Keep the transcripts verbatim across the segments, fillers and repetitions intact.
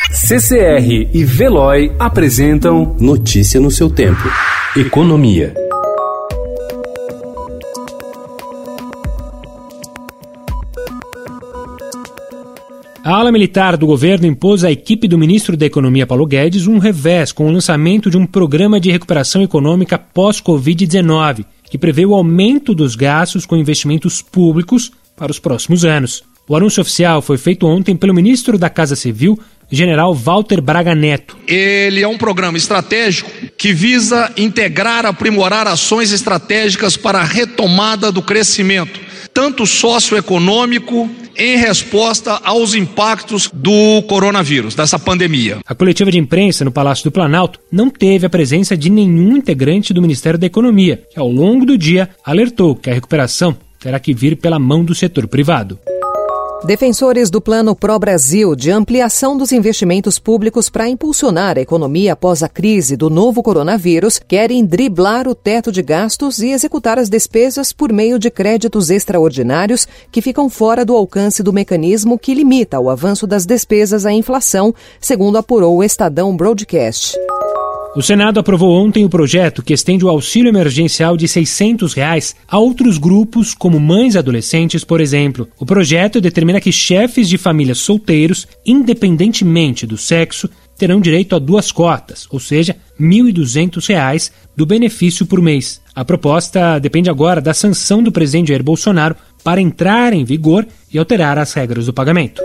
C C R e Veloy apresentam Notícia no seu tempo. Economia. A ala militar do governo impôs à equipe do ministro da Economia, Paulo Guedes, um revés com o lançamento de um programa de recuperação econômica pós-covid dezenove, que prevê o aumento dos gastos com investimentos públicos para os próximos anos. O anúncio oficial foi feito ontem pelo ministro da Casa Civil, general Walter Braga Neto. Ele é um programa estratégico que visa integrar, aprimorar ações estratégicas para a retomada do crescimento, tanto socioeconômico, em resposta aos impactos do coronavírus, dessa pandemia. A coletiva de imprensa no Palácio do Planalto não teve a presença de nenhum integrante do Ministério da Economia, que ao longo do dia alertou que a recuperação terá que vir pela mão do setor privado. Defensores do Plano Pro Brasil de ampliação dos investimentos públicos para impulsionar a economia após a crise do novo coronavírus querem driblar o teto de gastos e executar as despesas por meio de créditos extraordinários que ficam fora do alcance do mecanismo que limita o avanço das despesas à inflação, segundo apurou o Estadão Broadcast. O Senado aprovou ontem o projeto que estende o auxílio emergencial de seiscentos reais a outros grupos, como mães e adolescentes, por exemplo. O projeto determina que chefes de famílias solteiros, independentemente do sexo, terão direito a duas cotas, ou seja, mil e duzentos reais do benefício por mês. A proposta depende agora da sanção do presidente Jair Bolsonaro para entrar em vigor e alterar as regras do pagamento.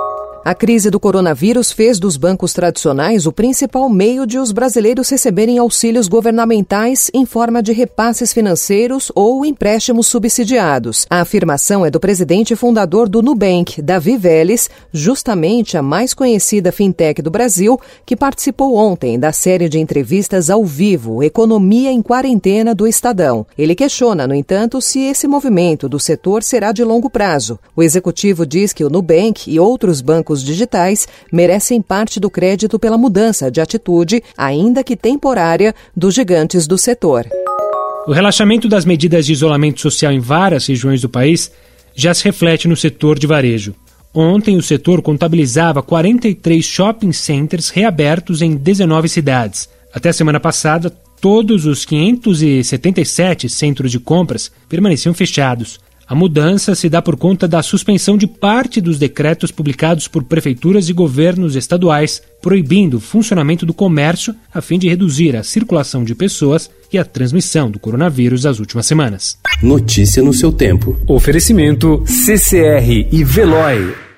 A crise do coronavírus fez dos bancos tradicionais o principal meio de os brasileiros receberem auxílios governamentais em forma de repasses financeiros ou empréstimos subsidiados. A afirmação é do presidente e fundador do Nubank, Davi Vélez, justamente a mais conhecida fintech do Brasil, que participou ontem da série de entrevistas ao vivo Economia em Quarentena do Estadão. Ele questiona, no entanto, se esse movimento do setor será de longo prazo. O executivo diz que o Nubank e outros bancos digitais merecem parte do crédito pela mudança de atitude, ainda que temporária, dos gigantes do setor. O relaxamento das medidas de isolamento social em várias regiões do país já se reflete no setor de varejo. Ontem, o setor contabilizava quarenta e três shopping centers reabertos em dezenove cidades. Até a semana passada, todos os quinhentos e setenta e sete centros de compras permaneciam fechados. A mudança se dá por conta da suspensão de parte dos decretos publicados por prefeituras e governos estaduais, proibindo o funcionamento do comércio a fim de reduzir a circulação de pessoas e a transmissão do coronavírus das últimas semanas. Notícia no seu tempo. Oferecimento C C R e Veloy.